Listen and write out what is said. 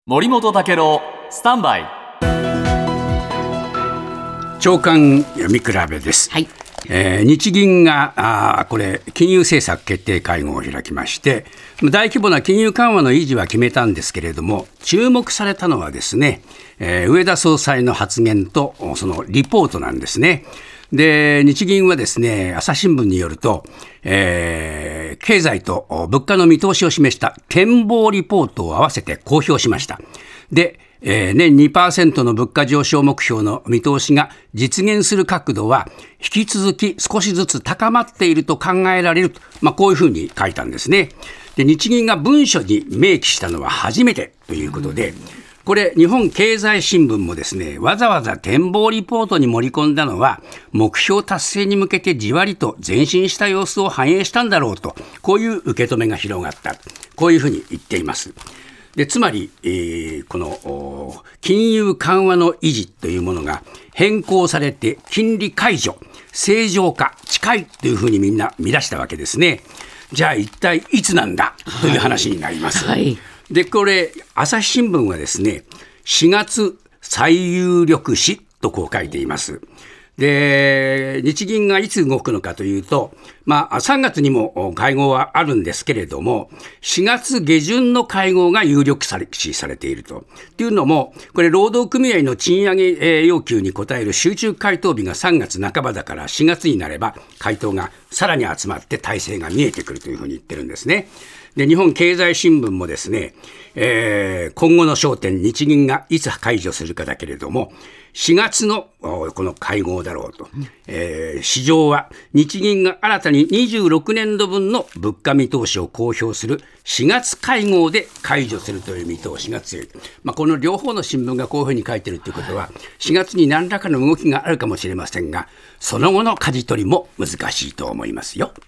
森本武郎スタンバイ長官読み比べです、 はい日銀がこれ金融政策決定会合を開きまして、大規模な金融緩和の維持は決めたんですけれども、注目されたのはですね、植田総裁の発言とそのリポートなんですね。で、日銀はですね、朝日新聞によると、経済と物価の見通しを示した展望リポートを合わせて公表しました。で、年 2% の物価上昇目標の見通しが実現する角度は引き続き少しずつ高まっていると考えられると、こういうふうに書いたんですね。で、日銀が文書に明記したのは初めてということで、これ日本経済新聞もですね、わざわざ展望リポートに盛り込んだのは目標達成に向けてじわりと前進した様子を反映したんだろうと、こういう受け止めが広がった、こういうふうに言っています。で、つまり、この金融緩和の維持というものが変更されて金利解除、正常化近いというふうにみんな見出したわけですね。じゃあ一体いつなんだという話になります、 はいはい、 で、これ朝日新聞はですね、4月最有力視とこう書いています。で、日銀がいつ動くのかというと、3月にも会合はあるんですけれども、4月下旬の会合が有力視されていると。というのも、これ労働組合の賃上げ要求に応える集中回答日が3月半ばだから、4月になれば回答がさらに集まって体制が見えてくるというふうに言ってるんですね。で、日本経済新聞もですね、今後の焦点、日銀がいつ解除するかだけれども、4月のこの会合だろうと、市場は日銀が新たに26年度分の物価見通しを公表する4月会合で解除するという見通しが強い。この両方の新聞がこういうふうに書いているということは、4月に何らかの動きがあるかもしれませんが、その後の舵取りも難しいと思いますよ。